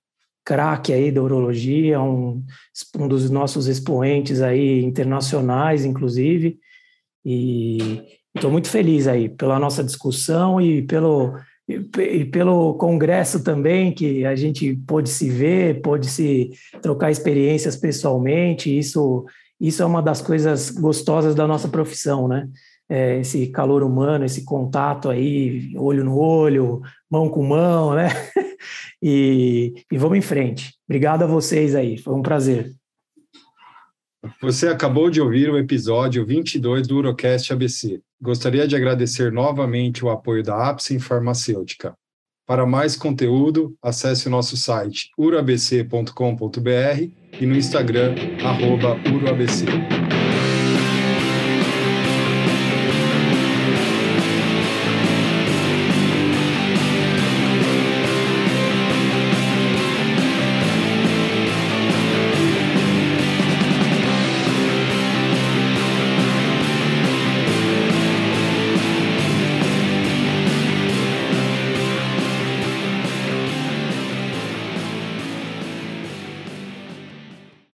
craque aí da urologia, um dos nossos expoentes aí internacionais, inclusive, e estou muito feliz aí pela nossa discussão e pelo congresso também, que a gente pôde se ver, pôde se trocar experiências pessoalmente. Isso é uma das coisas gostosas da nossa profissão, né? Esse calor humano, esse contato aí, olho no olho, mão com mão, né? E vamos em frente. Obrigado a vocês aí, foi um prazer. Você acabou de ouvir o episódio 22 do Urocast ABC. Gostaria de agradecer novamente o apoio da Apsen Farmacêutica. Para mais conteúdo, acesse o nosso site urabc.com.br e no Instagram, @uroabc.